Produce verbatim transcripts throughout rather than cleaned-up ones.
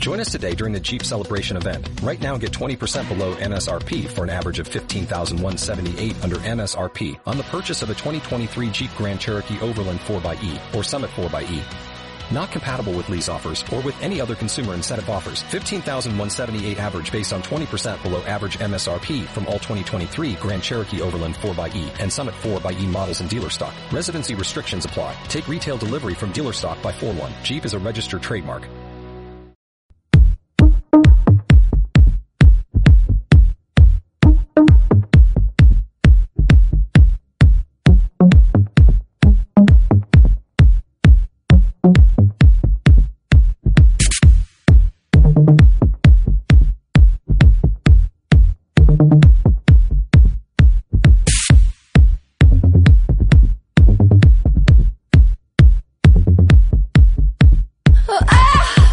Join us today during the Jeep Celebration event. Right now, get twenty percent below M S R P for an average of fifteen thousand one hundred seventy-eight dollars under M S R P on the purchase of a twenty twenty-three Jeep Grand Cherokee Overland four by E or Summit four by E. Not compatible with lease offers or with any other consumer incentive offers. fifteen thousand one hundred seventy-eight dollars average based on twenty percent below average M S R P from all twenty twenty-three Grand Cherokee Overland four by E and Summit four by E models in dealer stock. Residency restrictions apply. Take retail delivery from dealer stock by four one. Jeep is a registered trademark. Oh, ah!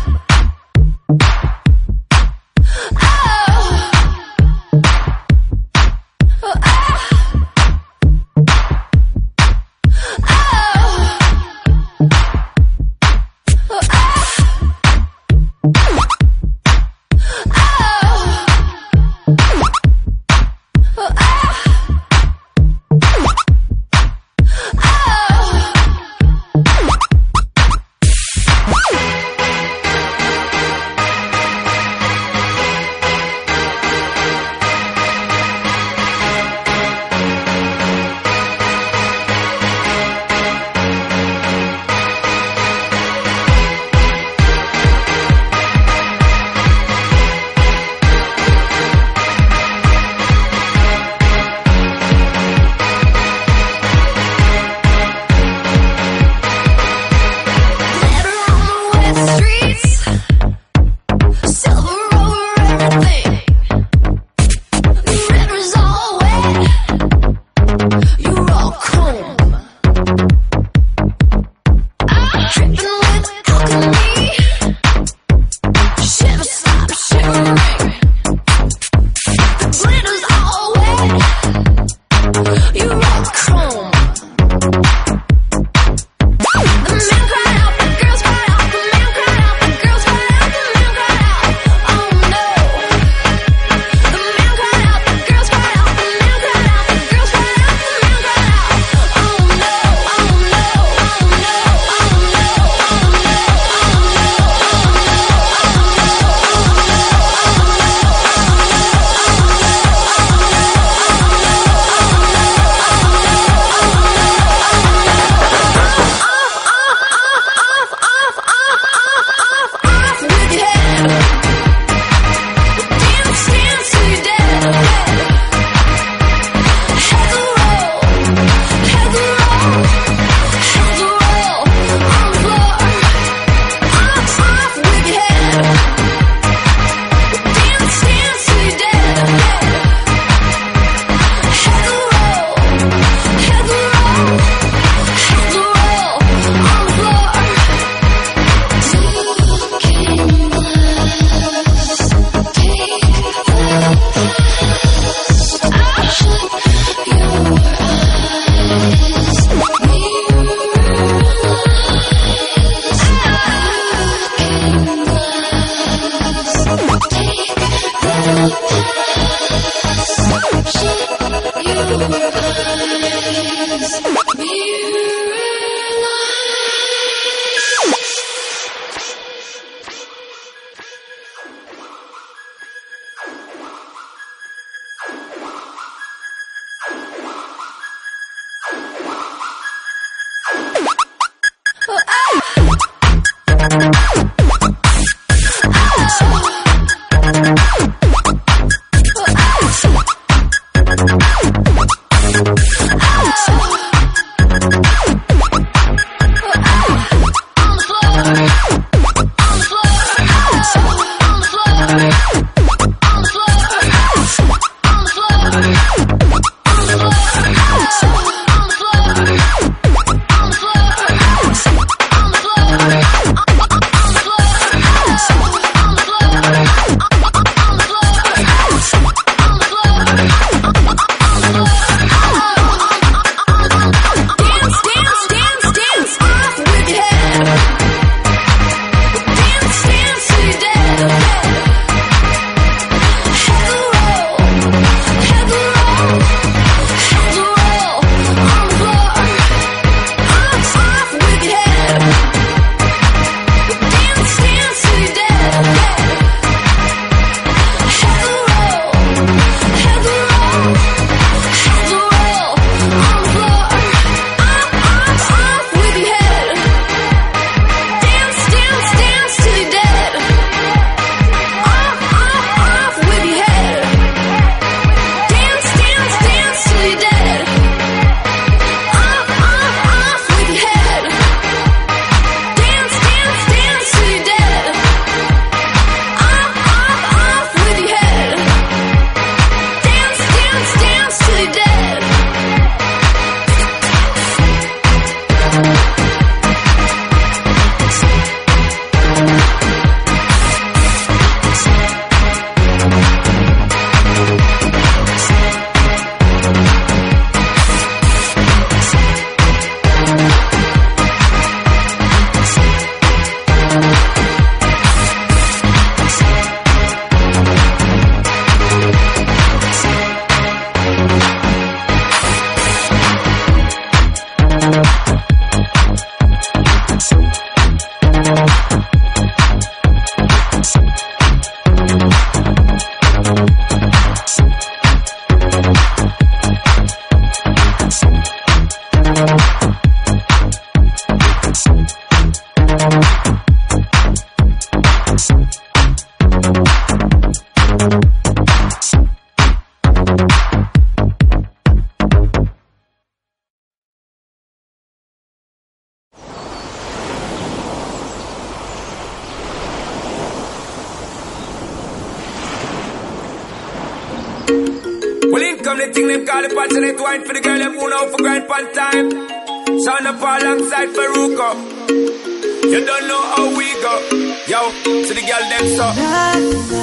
The thing them call the passionate wine for the girl them who know for grind pan time. Sound up alongside Faruko. You don't know how we go. Yo, to the girl them so. Na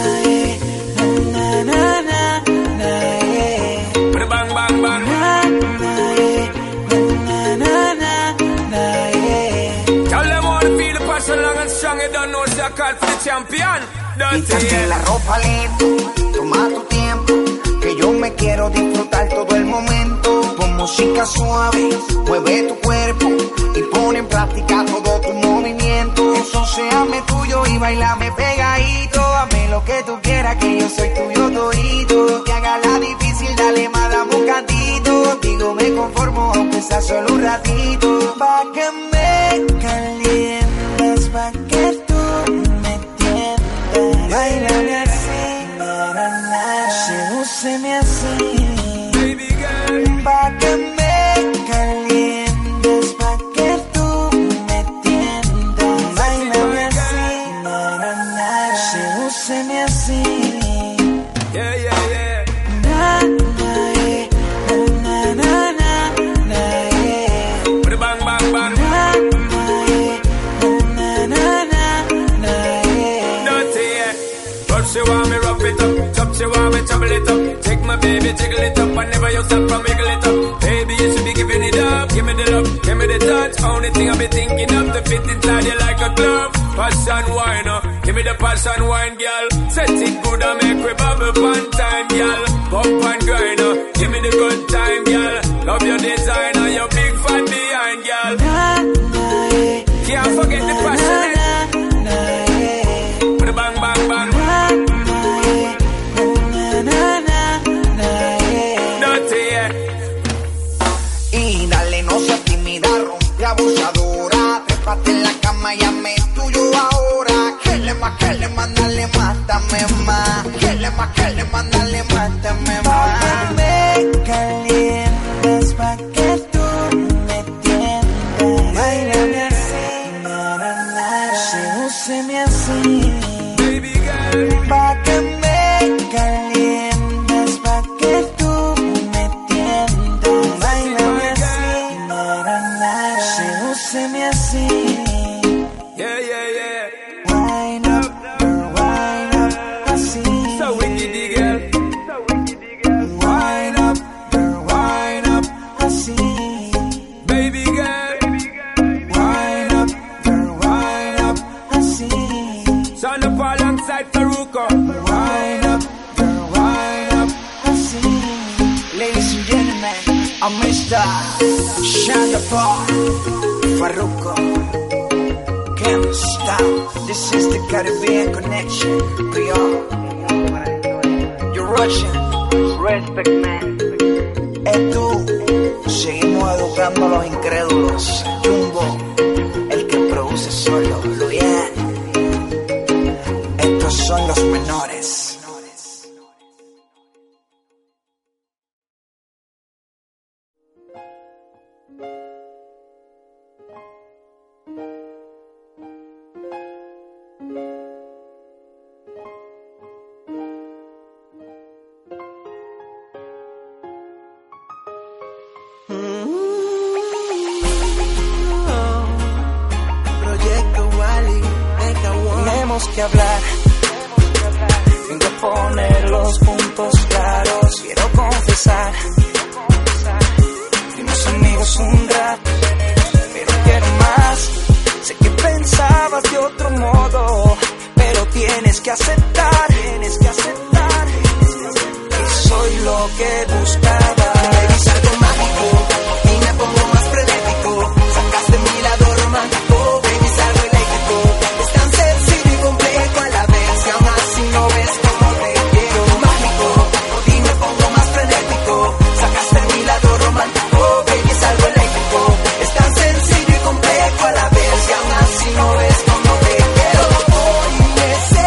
na na na na yeah. Put a bang bang bang. Na na na na na yeah. Tell them all to feel the passion long and strong. You don't know it's a call for the champion. Quítate la ropa lento, toma tu tiempo, que yo me quiero disfrutar todo el momento. Con música suave, mueve tu cuerpo y pon en práctica todo tu movimiento. Entonces hazme tuyo y bailame pegadito. Hazme lo que tú quieras, que yo soy tuyo todito. Que haga la difícil, dale más, dame un cantito. Digo, me conformo, aunque sea solo un ratito. Pa' que me calientes, pa' que tú me entiendas. Bailame así, na, na, na. Sedúceme así, baby girl. Pa' que me calientes, pa' que tú me tiendas. Bailame así, na, na, na. Sedúceme así. Yeah, yeah, yeah. Na, na, yeah. Na, na, na, na, yeah. Put a bang, bang, bang. Na, na, yeah. Na, na, na, na, yeah. Dirty, yeah. But she want me rough it up, chop she want me trouble it up. Take my baby, jiggle it up, and never you stop from wiggle it up. Baby, you should be giving it up, give me the love, give me the touch. Only thing I be thinking of to fit inside you like a glove. Passion wine, uh, give me the passion wine, girl. Set it good and make we bubble one time, girl. Pump and grind, uh, give me the good time, girl. Love your designer, your big fan behind, girl. Na, na, yeah. Can't forget the passionate. Na, na, yeah. Put a bang, bang, bang. Na, na, yeah. Na, na, na, na, yeah. Dirty, yeah. Y dale, no seas tímida, rompe abusadora. Trépate en la cama y hazme tuyo ahora. Que le más, que le más, dale, mátame más. Que le más, que le más, dale, mátame más. Pa' que me calientes, pa' que tú me tiendas. Bailame así, na, na, na. Sedúceme así, Baby girl. pa' que me calientes, pa' que tú me tiendas. Bailame así, na, na, na. Sedúceme así. Yeah, yeah, yeah. Wind up, girl, wind up, así. So wicked, girl. Wind up, girl, wind up, así. Baby girl. Wind up, girl, wind up, así. Sound up alongside Faruko. Wind up, girl, wind up, así. Ladies and gentlemen, I'm Mister Shonda Paul Faruko. Can't stop. This is the Caribbean Connection. Creole. You're Russian. Respect, man. Es tú. Seguimos educando a los incrédulos. Jumbo, el que produce solo. Luyan. Estos son los menores. Tenemos que hablar, tengo que poner los puntos claros. Quiero confesar, fuimos amigos un rato, pero quiero más. Sé que pensabas de otro modo, pero tienes que aceptar, tienes que aceptar que soy lo que buscaba. Me dices algo mágico y me pongo más frenético. Sacaste mi lado romántico, baby, es algo eléctrico. Es tan sencillo y complejo a la vez, y aún así no ves como te quiero. Mágico y me pongo más frenético. Sacaste mi lado romántico, baby, es algo eléctrico. Es tan sencillo y complejo a la vez, y aún así no ves como te quiero. Hoy me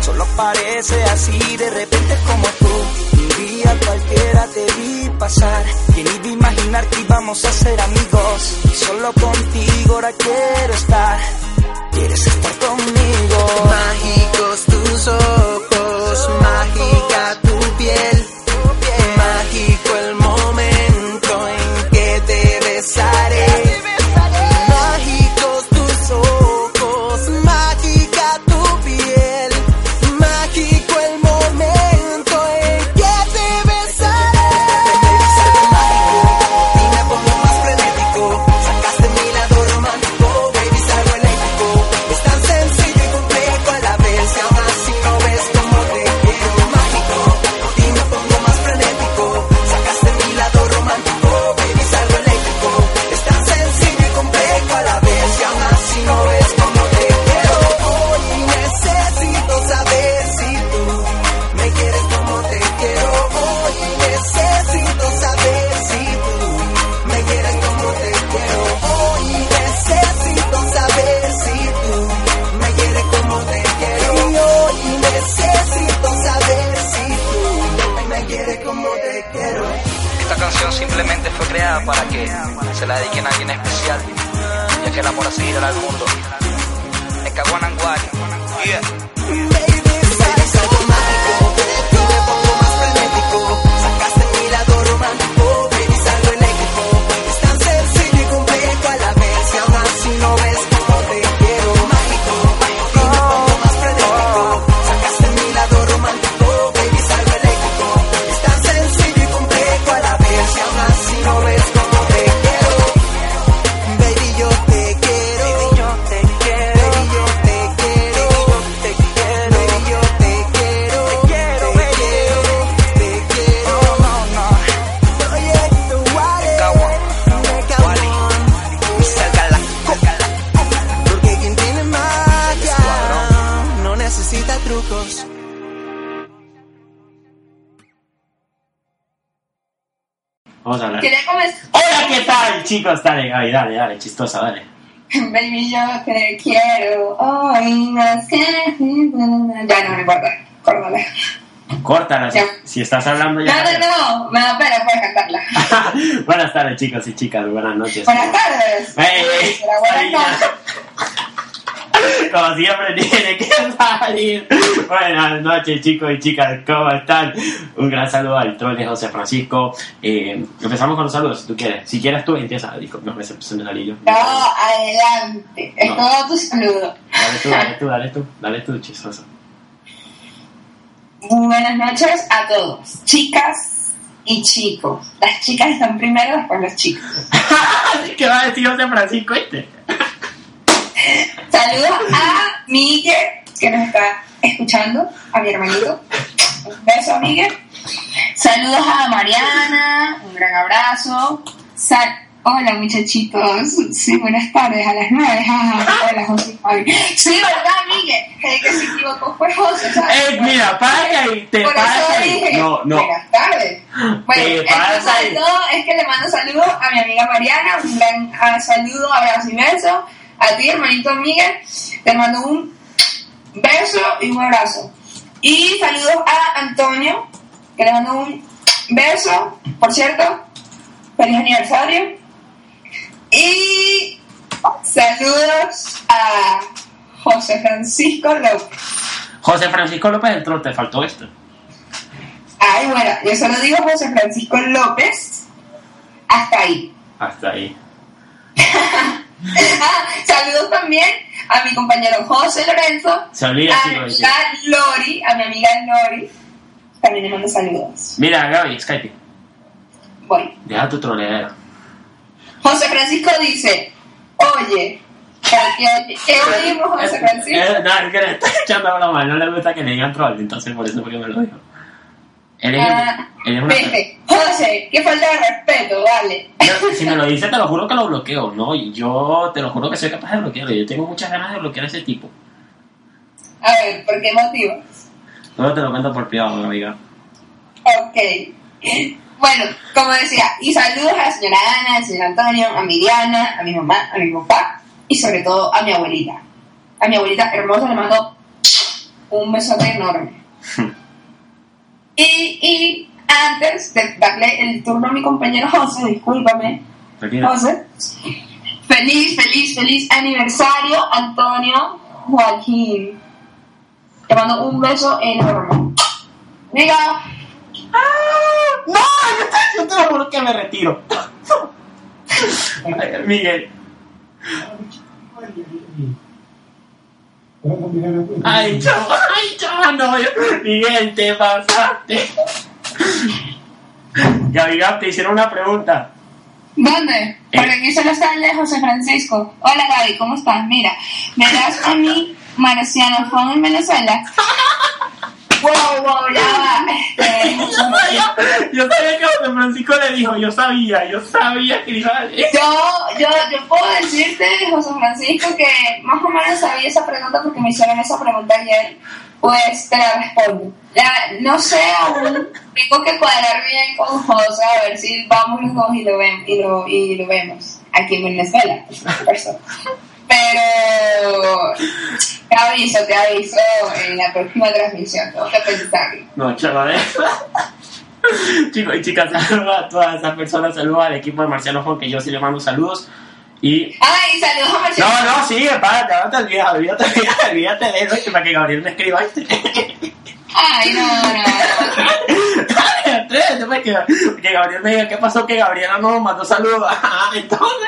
Solo parece así de repente como tú. Un día cualquiera te vi pasar. ¿Quién iba a imaginar que íbamos a ser amigos? Y solo contigo ahora quiero estar. ¿Quieres estar conmigo? Mágicos tus ojos, mágica tu piel. Mágico el momento en que te besaré. Mágicos tus ojos, mágica tu piel. Mágico el momento en que te besaré. Es algo mágico y me pongo más frenético. Sacaste mi lado romántico, baby, es algo eléctrico. Es tan sencillo y complejo a la vez, y aún así no ves como te quiero. Mágico y me pongo más frenético. Sacaste mi lado romántico, baby, es algo eléctrico. Es tan sencillo y complejo a la vez, y aún así no ves como te quiero. Hoy necesito saber si tú me quieres como te quiero. Hoy necesito saber si tú me quieres como te quiero. Hoy necesito saber si tú me quieres como te quiero. Y hoy necesito saber si tú me quieres como te quiero. Esta canción simplemente fue creada para que se la dediquen a alguien especial, ya que el amor así irá al mundo. Es Caguananguari. Yeah. Baby, es algo mágico y me pongo más frenético. Sacaste mi lado romántico, baby, es algo eléctrico. Es tan sencillo y complejo a la vez, y aún así no ves como te quiero. Mágico y me pongo más frenético. Sacaste mi lado romántico, baby, es algo eléctrico. Es tan sencillo y complejo a la vez, y aún así no ves como te quiero. Baby, yo te quiero. Baby, yo te quiero. Baby, yo te quiero. Te quiero. Baby, yo te quiero. Te quiero, te quiero. No, no. Proyecto Wally. Wally. mister Galáctico. Porque quien tiene magia no necesita trucos. Vamos a hablar. ¿Quería comenzar? Hola, ¿qué tal, chicos? Dale, Gaby, dale, dale, chistosa, dale. Baby, yo te quiero hoy más que... Ya, no me importa. Córtala. Córtala, si, Ya. si estás hablando ya. No, no, no. Me da pena, puedes cantarla. Buenas tardes, chicos y chicas, buenas noches. Buenas tardes. Ey, ey, Pero buenas noches. Como siempre tiene que salir. Buenas noches, chicos y chicas, ¿cómo están? Un gran saludo al troll de José Francisco. Eh, empezamos con los saludos, si tú quieres. Si quieres tú, empieza. Digo, no me se me salí yo. No, adelante. Es No. todo tu saludo. Dale tú, dale tú, dale tú, dale tú, chistoso. Buenas noches a todos, chicas y chicos. Las chicas están primero, después los chicos. ¿Qué va a decir José Francisco este? Saludos a Miguel, que nos está escuchando, a mi hermanito. Un beso, Miguel. Saludos a Mariana, un gran abrazo. Sal- Hola, muchachitos. Sí, buenas tardes, a las nueve. Hola, José. Sí, ¿verdad, Miguel? El que se equivocó fue José, ¿sabes? Eh, mira, para que ahí, te Por paras eso ahí. dije, No, no. buenas tardes. Bueno, Te el paras ahí. saludo es que le mando saludos a mi amiga Mariana, un gran ah, saludo, abrazo y beso. A ti, hermanito Miguel, te mando un beso y un abrazo. Y saludos a Antonio, que le mando un beso, por cierto, feliz aniversario. Y saludos a José Francisco López. José Francisco López del Troll, te faltó esto. Ay, bueno, yo solo digo José Francisco López, hasta ahí. Hasta ahí. Ah, saludos también a mi compañero José Lorenzo, Se olvida, a chicos. mi amiga Lori, a mi amiga Lori, también le mando saludos. Mira, Gaby, Skype. Voy. Deja tu troleadero. José Francisco dice, oye, ¿qué, qué oímos, José Francisco? Eh, no, es que le está echando broma, no le gusta que le digan troll, entonces por eso fue que me lo dijo. Él es, Ah, él es una... vete. José, qué falta de respeto, vale. Yo, si me lo dice, te lo juro que lo bloqueo, ¿no? Y yo te lo juro que soy capaz de bloquearlo. Yo tengo muchas ganas de bloquear a ese tipo. A ver, ¿por qué motivo? Luego te lo cuento por privado, amiga. Ok. Bueno, como decía, y saludos a la señora Ana, al señor Antonio, a mi Diana, a mi mamá, a mi papá y sobre todo a mi abuelita. A mi abuelita hermosa le mando un besote enorme. y, y antes de darle el turno a mi compañero José, discúlpame, Tranquila. José, feliz, feliz, feliz aniversario, Antonio Joaquín. Te mando un beso enorme. Mira. ¡Ah! ¡No! Yo te, yo te lo juro que me retiro. Ay, Miguel. Ay, chaval, ay, chaval, no, yo, Miguel, te pasaste. Gaby, Gab, te hicieron una pregunta. ¿Dónde? Porque aquí solo está el de José Francisco. Hola Gaby, ¿cómo estás? Mira, ¿me das a mí Marciano Fon en Venezuela? Wow, wow, ya va. Este, Yo sabía, yo sabía que José Francisco le dijo, yo sabía, yo sabía que iba a decir. yo, yo, yo puedo decirte, José Francisco, que más o menos sabía esa pregunta porque me hicieron esa pregunta ayer. Pues te la respondo. Ya, no sé aún, tengo que cuadrar bien con José a ver si vamos los dos y lo, ven, y lo, y lo vemos aquí en Venezuela, por supuesto. Pero te aviso, te aviso en la próxima transmisión, tengo que pensarlo. No, chaval. Chicos y chicas, saludos a todas esas personas, saludos al equipo de Marciano Fon, que yo sí le mando saludos. Y... Ay, saludos a Marcelo. No, no, sí, párate, no te olvides, olvídate, olvídate, olvídate de eso, para que Gabriel me escriba este. Ay, no, no, no. Atrévete, pues, que, que Gabriel me diga qué pasó, que Gabriela no nos mandó saludos. Ah, entonces...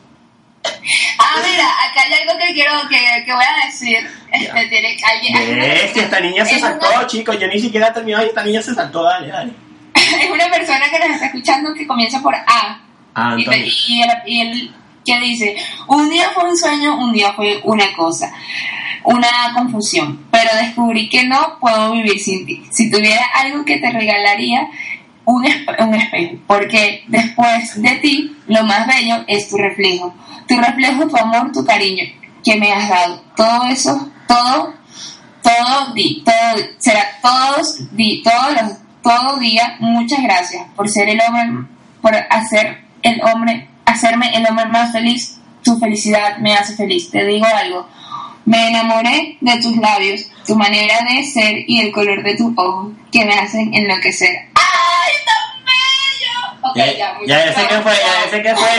Ah, mira, acá hay algo que quiero, que, que voy a decir. Este, tiene alguien. Es que esta niña se es saltó, una, chicos, yo ni siquiera he terminado y esta niña se saltó, dale, dale. es una persona que nos está escuchando que comienza por A. Ah, y, entonces... y, él, y él que dice, un día fue un sueño, un día fue una cosa, una confusión, pero descubrí que no puedo vivir sin ti. Si tuviera algo que te regalaría, un, espe- un espejo, porque después de ti, lo más bello es tu reflejo. Tu reflejo, tu amor, tu cariño que me has dado. Todo eso, todo, todo, di, todo, será todos, di, todos los, todo día. Muchas gracias por ser el hombre, por hacer el hombre, hacerme el hombre más feliz. Tu felicidad me hace feliz. Te digo algo. Me enamoré de tus labios, tu manera de ser y el color de tus ojos que me hacen enloquecer. ¡Ay, tan bello! Okay, Ya, ya, ya sé que fue, ya sé que fue.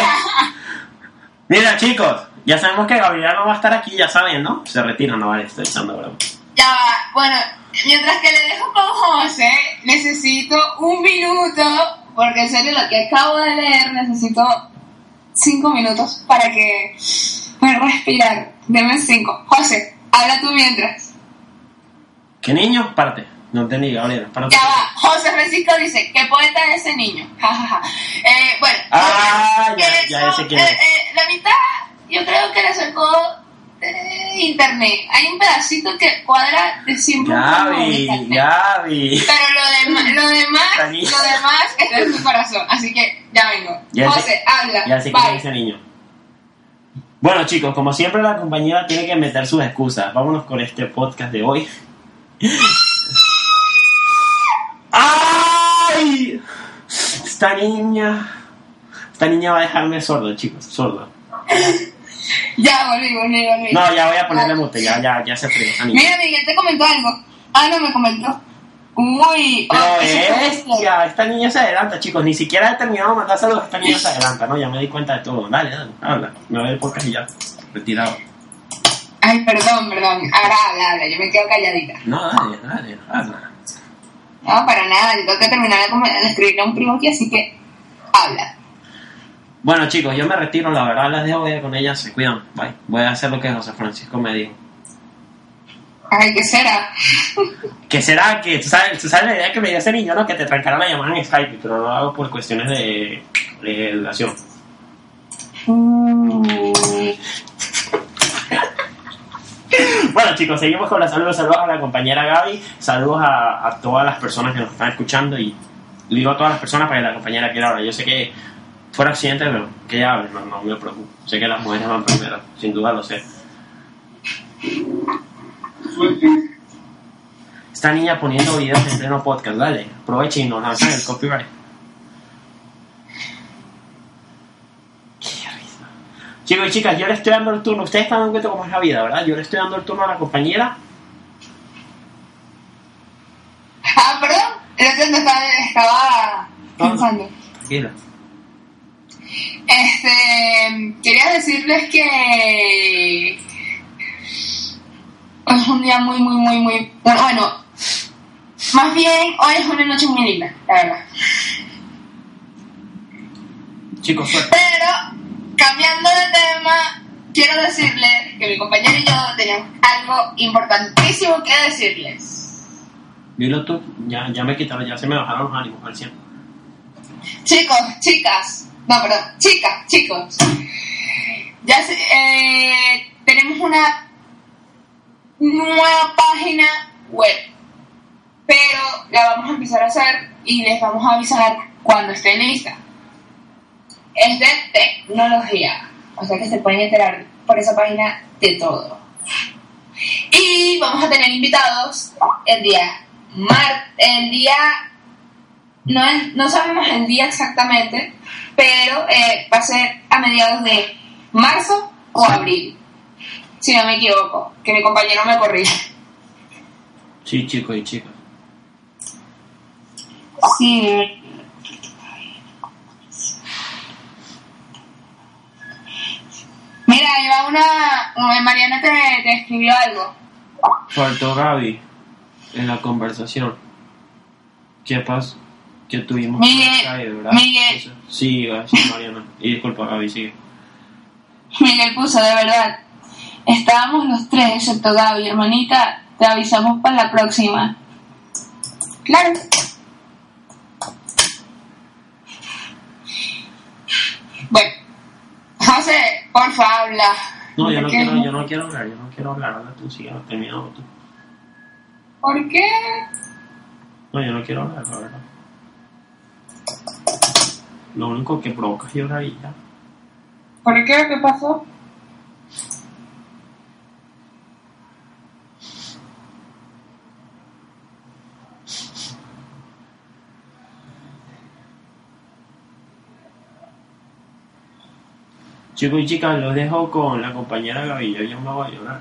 Mira, chicos, ya sabemos que Gabriela no va a estar aquí, ya saben, ¿no? Se retira, no vale, estoy echando broma. Ya va, bueno, mientras que le dejo con José, necesito un minuto, porque en serio lo que acabo de leer, necesito cinco minutos para que pueda respirar. Deme cinco. José, habla tú mientras. ¿Qué niño? Párate. No entendí, Gabriela, párate. Ya va, José Francisco dice, ¿qué poeta es ese niño? Ja, ja, ja. Eh, bueno, Ah, que ya, eso, ya sé quién es. eh, eh, la mitad yo creo que la sacó de internet. Hay un pedacito que cuadra de siempre. Gaby, Gaby. Pero lo, dem- lo demás, Tranquila. lo demás está en tu corazón. Así que ya vengo. Ya José, sé- habla. Ya sé Bye. quién es ese niño. Bueno, chicos, como siempre la compañera tiene que meter sus excusas. Vámonos con este podcast de hoy. ¡Ay! Esta niña... Esta niña va a dejarme sordo, chicos, sordo. Ya, volví, volví, volví. No, ya voy a ponerle mute, ya, ya, ya se fregó esa niña. Mira, Miguel te comentó algo. Ah, no me comentó. Uy, Pero oh, eso fue es, ya, esta niña se adelanta, chicos. Ni siquiera he terminado de mandar saludos, esta niña se adelanta, ¿no? Ya me di cuenta de todo. Dale, dale, habla. Me voy del podcast y ya. Retirado. Ay, perdón, perdón. Ahora habla, habla. Yo me quedo calladita. No, dale, dale, habla. No, para nada. Yo tengo que terminar de, comer- de escribirle a un primo aquí, así que habla. Bueno, chicos, yo me retiro, la verdad, las dejo ir con ella, se cuidan. Bye. Voy a hacer lo que José Francisco me dijo. Ay, ¿qué será? ¿Qué será? Que tú sabes, tú sabes la idea que me dio ese niño, ¿no? Que te trancara la llamada en Skype, pero no lo hago por cuestiones de, de educación. Mm. Bueno, chicos, seguimos con los saludos. Saludos a la compañera Gaby, saludos a, a todas las personas que nos están escuchando y digo a todas las personas para que la compañera quiera hablar. Yo sé que fuera accidente, pero que ella hable, no, no me preocupo. Sé que las mujeres van primero, sin duda lo sé. Esta niña poniendo videos en pleno podcast, dale, aprovechen y nos lanzan el copyright. Qué risa. Chicos y chicas, yo le estoy dando el turno, ustedes están dando cuenta cómo es la vida, ¿verdad? Yo le estoy dando el turno a la compañera Ah, perdón, yo te estaba, estaba pensando. Tranquila. Este, quería decirles que hoy es un día muy, muy, muy, muy... Bueno, bueno, más bien hoy es una noche muy linda, la verdad. Chicos, suerte. Pero, cambiando de tema, quiero decirles que mi compañero y yo teníamos algo importantísimo que decirles. Dilo tú, ya, ya me quitaron, ya se me bajaron los ánimos al cien. Chicos, chicas, no, perdón, chicas, chicos, ya se, eh, tenemos una nueva página web, pero la vamos a empezar a hacer y les vamos a avisar cuando esté lista. Es de tecnología, o sea que se pueden enterar por esa página de todo. Y vamos a tener invitados el día mar, el día no es, no sabemos el día exactamente, pero eh, va a ser a mediados de marzo o abril, si no me equivoco, que mi compañero me corrija. Sí, chicos y chicas. Sí. Mira, ahí va una... Mariana te, te escribió algo. Faltó Gaby en la conversación. ¿Qué pasó? Que tuvimos Miguel, caído, ¿verdad? Miguel. Sí, sí, Mariana. Y disculpa, Gaby, sigue. Miguel puso, de verdad. Estábamos los tres, excepto Gaby. Hermanita, te avisamos para la próxima. Claro. Bueno, José, porfa, habla. No, yo no, ¿Por qué? quiero, yo no quiero hablar, yo no quiero hablar. Habla tú, sigue, terminado tú. ¿Por qué? No, yo no quiero hablar, la verdad. Lo único que provoca es llorar y ya. ¿Por qué? ¿Qué pasó? Chicos y chicas, los dejo con la compañera Gaby. Yo ya me voy a llorar.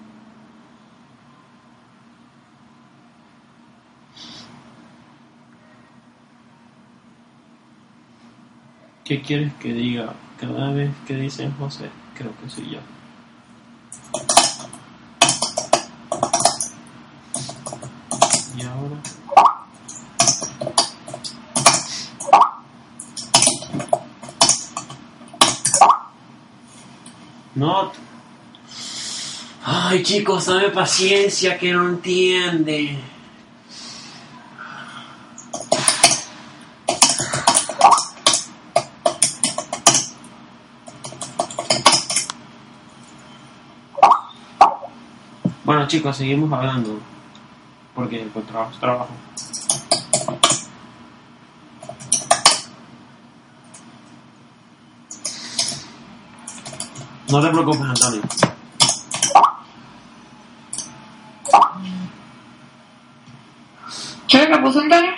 ¿Qué quieres que diga? Cada vez que dicen José, creo que soy yo. Y ahora... No. Ay, chicos, dame paciencia que no entiende. Bueno, chicos, seguimos hablando. Porque el trabajo es trabajo. No te preocupes, Antonio. ¿Qué le puso Antonio?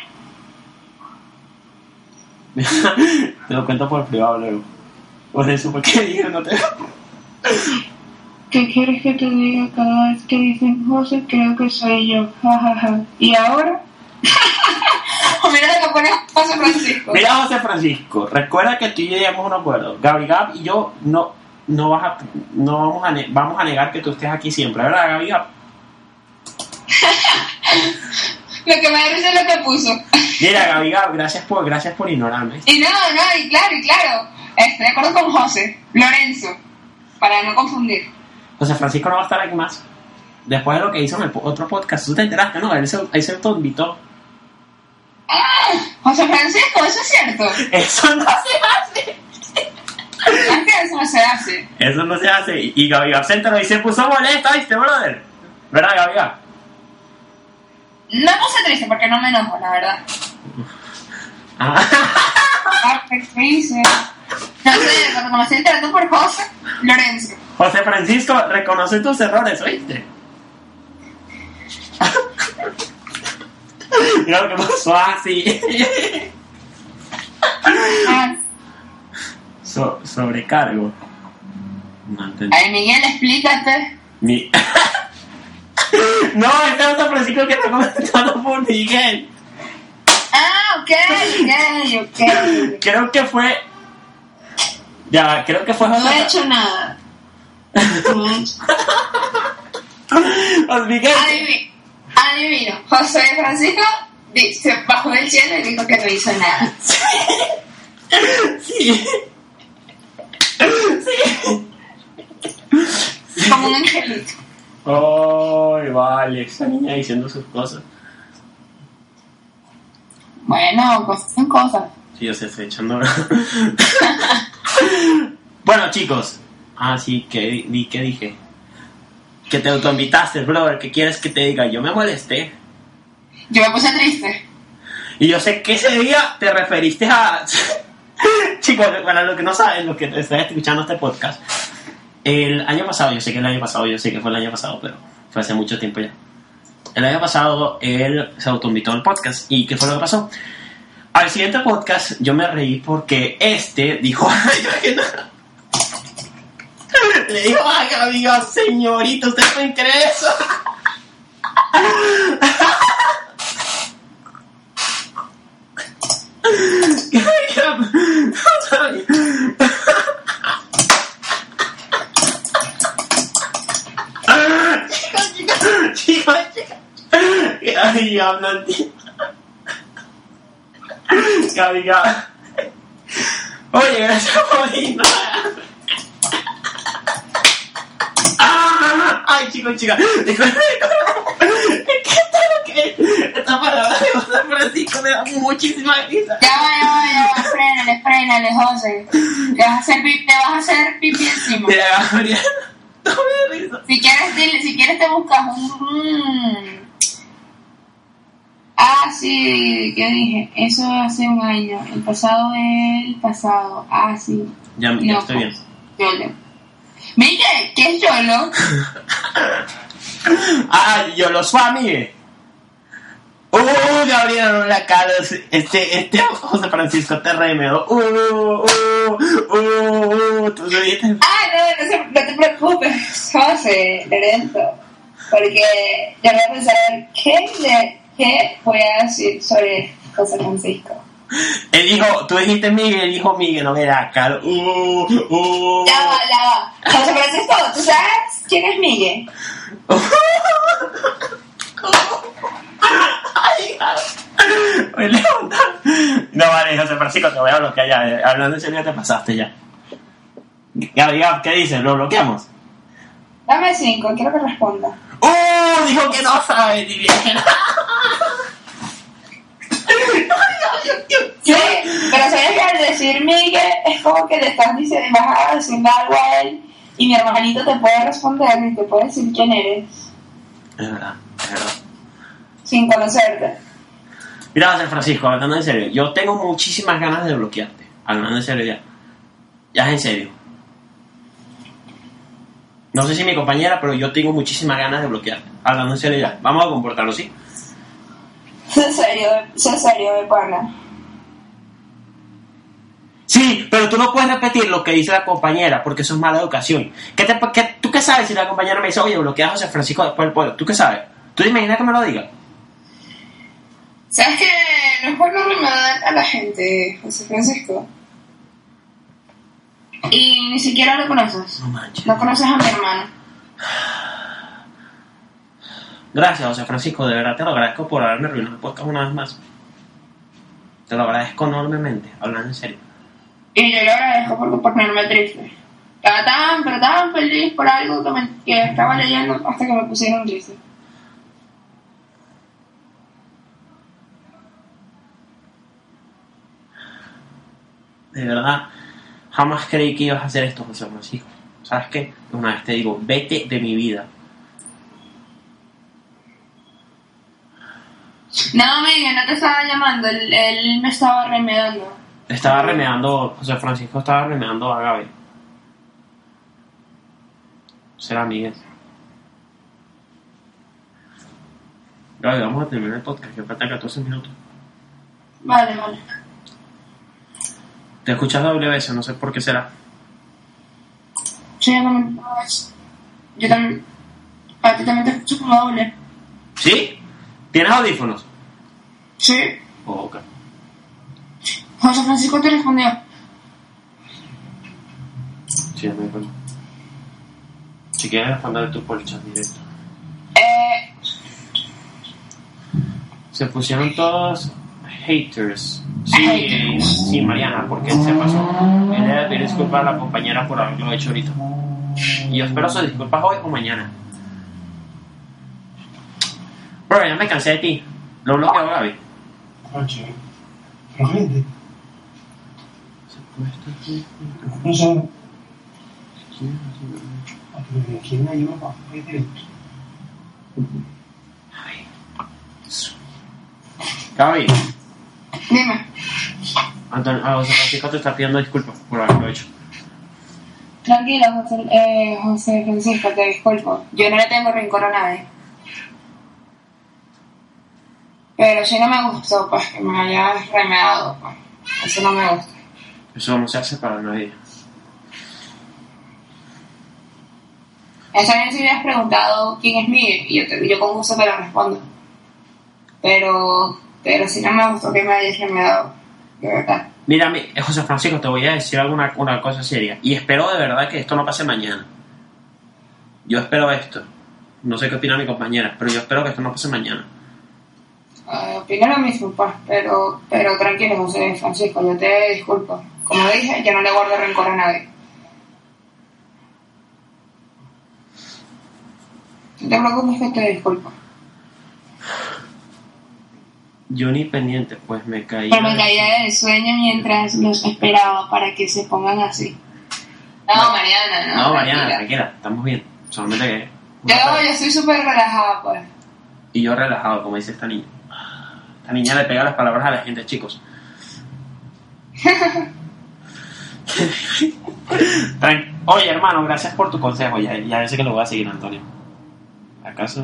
Te lo cuento por privado luego. Por eso, porque dije, no te... ¿Qué quieres que te diga? Cada vez que dicen José, creo que soy yo. Ja, ja, ja. ¿Y ahora? Mira lo que pone José Francisco. Mira, José Francisco, recuerda que tú y yo llegamos a un acuerdo. Gaby Gab y yo no, no, vas a, no vamos, a ne- vamos a negar que tú estés aquí siempre, ¿verdad, Gaby Gab? Lo que me da risa es lo que puso. Mira, Gaby Gab, gracias por, gracias por ignorarme. Y no, no, y claro, y claro. Estoy de acuerdo con José. Lorenzo. Para no confundir. José Francisco no va a estar aquí más. Después de lo que hizo en el po- otro podcast, tú te enteraste, ¿no? Él se, él se autoinvitó. Ah, José Francisco, eso es cierto. Eso no se hace. Es que eso no se hace. Eso no se hace. Y, y Gaby Gab se enteró y se puso molesta, ¿viste, brother? ¿Verdad, Gaby Gab? No me puse triste porque no me enojo, la verdad. Ah. Ah, ¿qué hice? No sé, cuando me estoy enterando por José, Lorenzo. José Francisco, reconoce tus errores, ¿oíste? Mira lo que pasó así. Ah, So, sobrecargo. No entendí. ay, Miguel, explícate. Mi... No, este es José Francisco que está comentando por Miguel. Ah, ok, ok, ok. Creo que fue... Ya, creo que fue José No he hecho nada. No he hecho. José Miguel. Adivi- Adivino. José Francisco di- se bajó del cielo y dijo que no hizo nada. Sí. Sí. Como un angelito. Ay, vale, esa niña diciendo sus cosas. Bueno, cosas son cosas. Sí, yo sé, estoy echando. Bueno, chicos. Ah, sí, ¿qué, di, ¿qué dije? Que te autoinvitaste, brother. ¿Qué quieres que te diga? Yo me molesté. Yo me puse triste. Y yo sé que ese día te referiste a... Chicos, para los que no saben, los que están escuchando este podcast, el año pasado, yo sé que el año pasado, yo sé que fue el año pasado, pero fue hace mucho tiempo ya. El año pasado él se autoinvitó al podcast. ¿Y qué fue lo que pasó? Al siguiente podcast yo me reí porque este dijo... Le dijo, ay, amigo, señorita, ¿usted puede creer eso? Chicos, chicos, chicos, chicos. Ay, hablan, tío. Amiga. Oye, gracias por ir. Ay, chicos, chicos. Disculpen. ¿Qué tal que esta palabra de José Francisco me da muchísima risa? Ya va, ya va, ya va. Frénale, frénale, José. Te vas a hacer pipí, te vas a hacer pipí encima. Mira, Gabriel. No me da risa. Si quieres, dile, si quieres te buscas un... Mm. Ah, sí, ¿qué dije? Eso hace un año. El pasado es el pasado. Ah, sí. Ya, ya no, estoy bien. Yolo. Miguel, ¿qué es Yolo? Ah, yo lo suami. Uh, Gabriel, no la cara. Este, este José Francisco te remedo. Uh, uh, uh, uh. Tú dijiste. Ah, no, no, se, no te preocupes, José, Lorenzo. Porque yo voy a pensar qué, le, qué voy a decir sobre José Francisco. Él dijo, tú dijiste Miguel, él dijo Miguel, no me da cara. Uh, uh. Ya va, ya va. José Francisco, ¿tú sabes quién es Miguel? Ay, me levanta. No vale, José Francisco, te voy a bloquear ya. Hablando en serio, te pasaste ya. Gabriel, ¿qué dices? ¿Lo bloqueamos? Dame cinco, quiero que responda. ¡Uh! Dijo que no sabe ni bien. Sí, pero sabes que al decir Miguel es como que le estás diciendo, vas a decirle algo a él y mi hermanito te puede responder y te puede decir quién eres. Es verdad, es verdad. Sin conocerte. Mira, José Francisco, hablando en serio, yo tengo muchísimas ganas de bloquearte. Hablando en serio ya. Ya es en serio. No sé si mi compañera, pero yo tengo muchísimas ganas de bloquearte. Hablando en serio ya. Vamos a comportarlo, ¿sí? Sé serio, sé serio de pana. Sí, pero tú no puedes repetir lo que dice la compañera, porque eso es mala educación. ¿Qué te, qué, ¿Tú qué sabes si la compañera me dice, oye, bloquea a José Francisco después del pueblo? ¿Tú qué sabes? ¿Tú te imaginas que me lo diga? ¿Sabes que no es bueno remedar a la gente, José Francisco? Y ni siquiera lo conoces. No manches. No conoces a mi hermano. Gracias, José Francisco, de verdad te lo agradezco por haberme arruinado el podcast una vez más. Te lo agradezco enormemente, hablando en serio. Y yo le agradezco por ponerme triste. Estaba tan, pero tan feliz por algo que, me, que estaba leyendo hasta que me pusieron triste. De verdad, jamás creí que ibas a hacer esto, José Francisco. ¿Sabes qué? Una vez te digo, vete de mi vida. No, Miguel, no te estaba llamando, él, él me estaba remedando. Estaba remedando, José Francisco estaba remedando a Gaby. Será Miguel. Gaby, vamos a terminar el podcast, que faltan catorce minutos. Vale, vale. Te escuchas doble vez, no sé por qué será. Sí, yo también. Yo también. A ti también te escucho como doble. ¿Sí? ¿Tienes audífonos? Sí. Oh, ok. José Francisco te respondió. Sí, me acuerdo. Si quieres responder tú por el chat directo. Eh, Se pusieron todos haters. Sí, eh, sí, Mariana, porque se pasó. Él debe pedir disculpas a la compañera por haberlo hecho ahorita. Y yo espero sus disculpas hoy o mañana. Bro, ya me cansé de ti. Lo bloqueo, Gaby. Oye, gente. No sé. ¿Quién me ayuda para hacer esto? Gaby, dime. Antonio, a José Francisco te está pidiendo disculpas por haberlo hecho. Tranquilo, José, eh, José Francisco, te disculpo. Yo no le tengo rencor a nadie. Pero si no me gustó, pues, que me hayas remedado, pues. Eso no me gusta. Eso no se hace para nadie. Esa vez si hubieras preguntado quién es Miguel, y yo, te, yo con gusto te lo respondo. Pero, pero si no me gustó que me hayas remedado, de verdad. Mira, mi- José Francisco, te voy a decir alguna una cosa seria. Y espero de verdad que esto no pase mañana. Yo espero esto. No sé qué opina mi compañera, pero yo espero que esto no pase mañana. Uh, opino lo mismo, pues, pero, pero tranquilo, José Francisco, yo te disculpo. Como dije, yo no le guardo rencor a nadie. No te preocupes que te disculpo. Yo ni pendiente, pues me caí. Pero me caía del sueño mientras los esperaba para que se pongan así. No, Mariana, no. No, Mariana, tranquila. tranquila, estamos bien. Solamente que. Yo, yo estoy súper relajada, pues. Y yo relajado, como dice esta niña. Esta niña le pega las palabras a la gente, chicos. Tran- Oye, hermano, gracias por tu consejo. Ya, ya sé que lo voy a seguir, Antonio. ¿Acaso?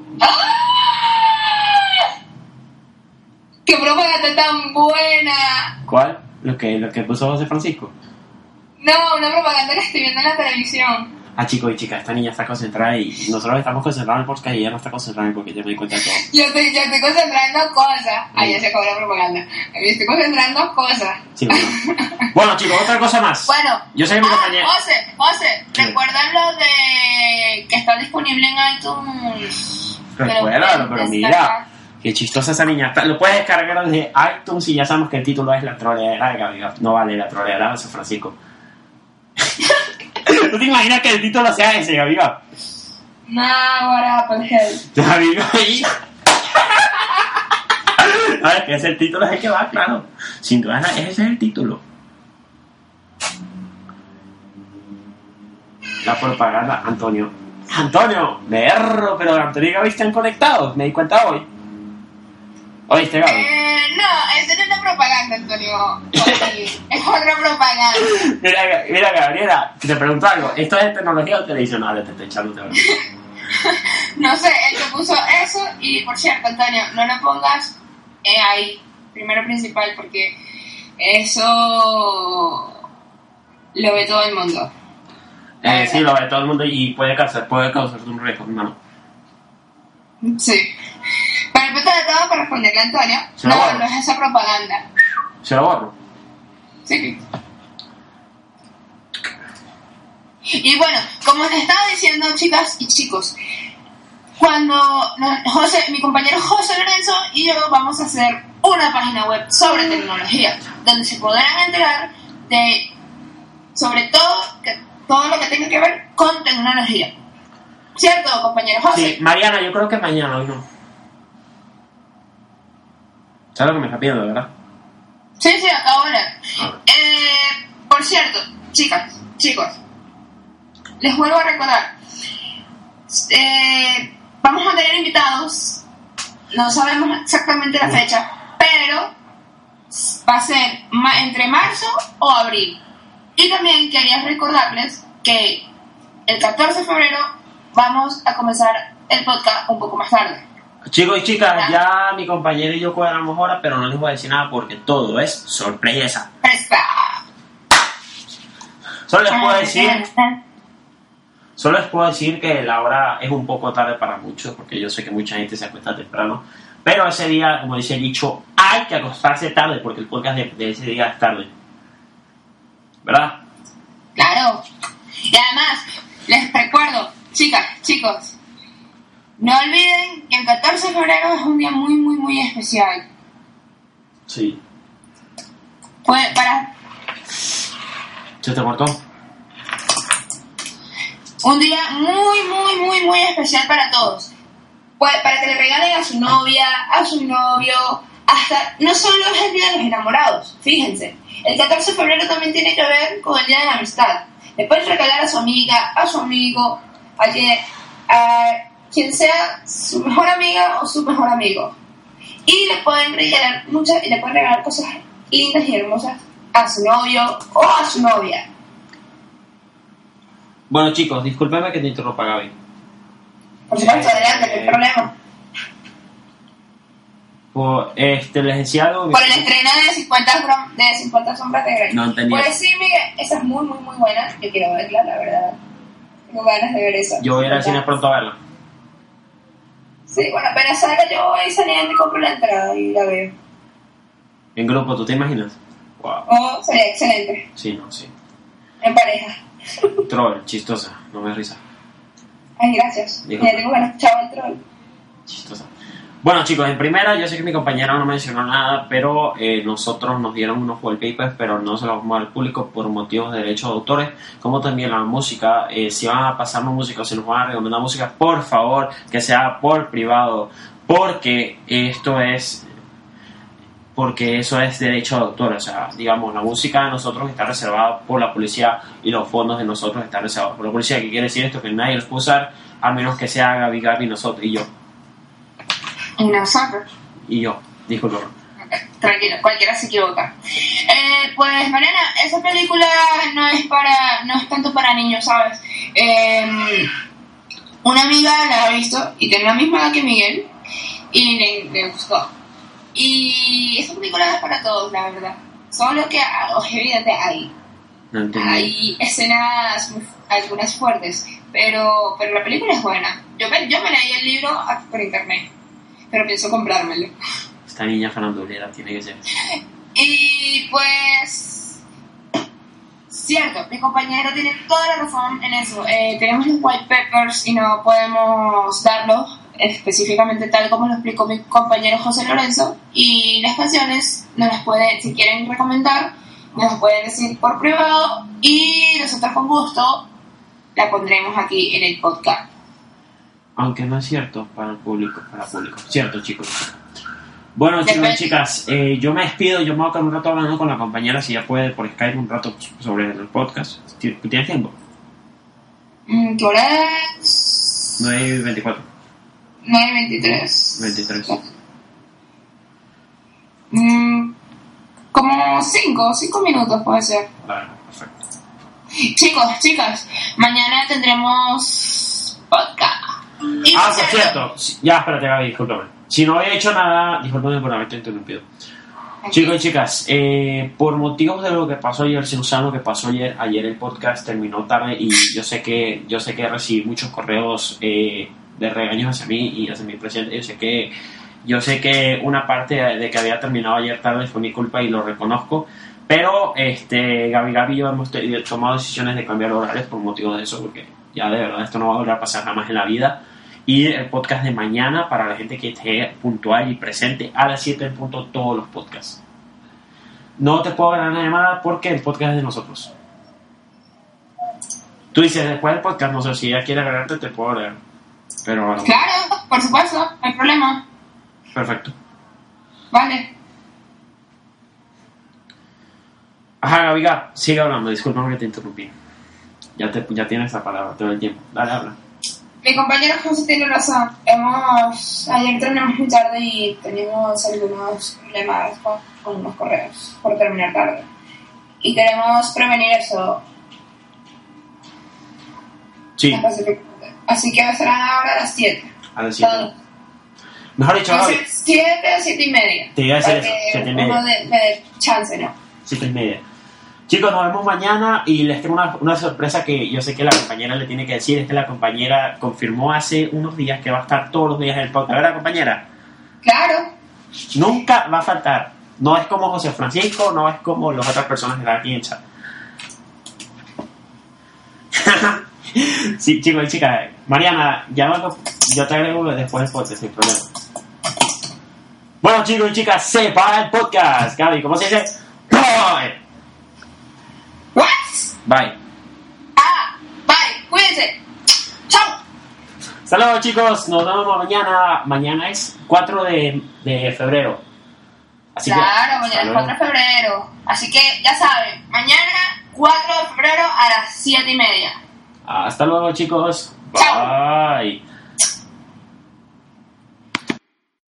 ¡Qué propaganda tan buena! ¿Cuál? Lo que, lo que puso José Francisco. No, una propaganda que estoy viendo en la televisión. Ah, chicos y chicas, esta niña está concentrada y nosotros estamos concentrados en el podcast y ella no está concentrada en el podcast, ya me di cuenta de todo. Yo estoy, yo estoy concentrando cosas. Ahí ya se acabó la propaganda. Me estoy concentrando cosas. Sí, bueno. Bueno, chicos, otra cosa más. Bueno, Yo sé que mi ah, compañera... José, José, ¿Qué? ¿recuerdan lo de que está disponible en iTunes? Recuérdalo, pero mira, qué chistosa esa niña. Está- Lo puedes descargar desde iTunes y ya sabemos que el título es La troleadera de Gaby. No vale, La troleadera de José Francisco. ¿Tú te imaginas que el título sea ese, Gaby? No, what happened, hell. Gaby, Gaby. A ver, que ese el título es el que va, claro. Sin duda, ese es el título. La propaganda, Antonio. Antonio, berro, pero Antonio y Gaby están conectados, me di cuenta hoy. ¿Oíste, Gaby? Eh, no, eso no es una propaganda, Antonio. Es otra propaganda. Mira, mira, Gabriela, te pregunto algo. ¿Esto es de tecnología o televisión? Te estoy echando de verdad. No sé, él te puso eso y, por cierto, Antonio, no lo pongas eh, ahí, primero principal, porque eso lo ve todo el mundo. Eh, sí, lo ve todo el mundo y puede causar, puede causarte un riesgo, hermano. Sí. Pero el punto de todo, para responderle a Antonio, Se lo no, borro. no es esa propaganda. Se lo borro. Sí. Y bueno, como les estaba diciendo, chicas y chicos, cuando nos- José, mi compañero José Lorenzo y yo vamos a hacer una página web sobre tecnología, donde se podrán enterar de, sobre todo, que, todo lo que tenga que ver con tecnología. ¿Cierto, compañero José? Sí, Mariana, yo creo que mañana, hoy no. ¿Sabes lo que me está pidiendo, verdad? Sí, sí, acabo de leer. Ah. Eh, por cierto, chicas, chicos, les vuelvo a recordar, eh, vamos a tener invitados, no sabemos exactamente la fecha, pero va a ser ma- entre marzo o abril. Y también quería recordarles que el catorce de febrero vamos a comenzar el podcast un poco más tarde. Chicos y chicas, ya mi compañero y yo cuadramos ahora, pero no les voy a decir nada porque todo es sorpresa. Presta. Solo les puedo decir, Solo les puedo decir que la hora es un poco tarde para muchos, porque yo sé que mucha gente se acuesta temprano. Pero ese día, como dice el dicho, hay que acostarse tarde, porque el podcast de, de ese día es tarde. ¿Verdad? Claro. Y además, les recuerdo, chicas, chicos, no olviden que el catorce de febrero es un día muy, muy, muy especial. Sí. Pues para... ¿Se te cortó? Un día muy, muy, muy, muy especial para todos. Pues para que le regalen a su novia, a su novio, hasta... No solo es el día de los enamorados, fíjense. El catorce de febrero también tiene que ver con el día de la amistad. Le pueden regalar a su amiga, a su amigo, a quien, a quien sea su mejor amiga o su mejor amigo. Y le pueden regalar muchas, y le pueden regalar cosas lindas y hermosas a su novio o a su novia. Bueno, chicos, discúlpeme que te interrumpa, Gaby. Por supuesto, Eh, adelante, no hay problema. Por, este, les decía algo... Por el estreno de cincuenta, brom- de cincuenta sombras de Grey. No entendía. Pues sí, Miguel, esa es muy, muy, muy buena. Yo quiero verla, la verdad. Tengo ganas de ver esa. Yo voy a ir al cine pronto a verla. Sí, bueno, apenas salga yo voy saliendo y compro la entrada y la veo. En grupo, ¿tú te imaginas? Wow. Oh, sería excelente. Sí, no, sí. En pareja. Troll, chistosa, no me risa. Ay, gracias. Dijo. Ya tengo ganas de escuchar el troll. Chistosa. Bueno, chicos, en primera, yo sé que mi compañera no mencionó nada, pero eh, nosotros nos dieron unos wallpapers, pero no se los vamos a dar al público por motivos de derechos de autores, como también la música. Eh, si van a pasarnos música o si nos van a recomendar música, por favor, que sea por privado, porque esto es... porque eso es derecho de autor, o sea, digamos, la música de nosotros está reservada por la policía y los fondos de nosotros están reservados por la policía. ¿Qué quiere decir esto? Que nadie los puede usar, a menos que sea Gaby, Gaby, nosotros y yo. Y nosotros. Y yo, disculpa. Tranquilo, cualquiera se equivoca. Eh, pues, Mariana, esa película no es para, no es tanto para niños, ¿sabes? Eh, una amiga la ha visto y tiene la misma edad que Miguel y le, le gustó. Y esa película es para todos, la verdad. Solo que, es evidente, hay, No entendí. hay escenas, muy- algunas fuertes, pero, pero la película es buena. Yo me, yo me leí el libro por internet, pero pienso comprármelo. Esta niña farandulera tiene que ser. Y pues, cierto, mi compañero tiene toda la razón en eso. Eh, tenemos los white papers y no podemos darlos específicamente tal como lo explicó mi compañero José Lorenzo. Y las canciones nos las pueden, si quieren recomendar, nos las pueden decir por privado y nosotros con gusto la pondremos aquí en el podcast. Aunque no es cierto para el público, para el público. Cierto, chicos. Bueno, chicos Depende. y chicas, eh, yo me despido. Yo me voy a quedar un rato hablando con la compañera, si ya puede, por Skype, un rato sobre el podcast. ¿Tienes tiempo? Mm, ¿Qué hora es? nueve y veinticuatro. nueve veintitrés. veintitrés. Mm, como cinco, cinco minutos puede ser. Vale, perfecto. Chicos, chicas, mañana tendremos podcast. Y Ah, por por cierto. si- Ya, espérate, Gaby, discúlpame. Si no había hecho nada, discúlpame por haberte interrumpido. Chicos y chicas, eh, por motivos de lo que pasó ayer, Susano, que pasó ayer, ayer el podcast terminó tarde y yo sé que yo sé que recibí muchos correos eh, de regaños hacia mí y hacia mi presidente. Yo sé que yo sé que una parte de que había terminado ayer tarde fue mi culpa y lo reconozco, pero este Gaby Gaby y yo hemos te- tomado decisiones de cambiar horarios por motivos de eso, porque ya de verdad esto no va a volver a pasar jamás en la vida. Y el podcast de mañana para la gente que esté puntual y presente a las siete en punto todos los podcasts. No te puedo ganar la llamada porque el podcast es de nosotros. Tú dices, después del podcast, no sé, si ya quieres agregarte, te puedo agregar. Pero bueno, Claro, por supuesto, no hay problema. perfecto. Vale. Ajá, Gabiga, sigue hablando, disculpa que te interrumpí. Ya, te, ya tienes la palabra todo el tiempo. Dale, habla. Mi compañero José tiene razón. Hemos, ayer terminamos muy tarde y teníamos algunos problemas con, con unos correos por terminar tarde. Y queremos prevenir eso. Sí, específicamente. Así que serán ahora a las siete. a las siete. Mejor dicho, No Gaby, sé, siete a siete y media. Te iba a decir Para eso, que siete y media. uno de- me dé chance, ¿no? siete y media. Chicos, nos vemos mañana y les tengo una, una sorpresa que yo sé que la compañera le tiene que decir. Es que la compañera confirmó hace unos días que va a estar todos los días en el podcast, ¿verdad, compañera? Claro. Nunca va a faltar. No es como José Francisco, no es como las otras personas que están aquí en el chat. Sí, chicos y chicas. Mariana, ya no, yo te agrego después del podcast, sin problema. Bueno, chicos y chicas, se para el podcast. Gaby, ¿cómo se dice? Bye. What? Bye. Ah, bye. Cuídense. Chao. Saludos, chicos. Nos vemos mañana. Mañana es cuatro de, de febrero. Así claro, que, mañana es cuatro de febrero. Así que ya saben, mañana cuatro de febrero a las siete y media. Hasta luego, chicos. Chao. Bye.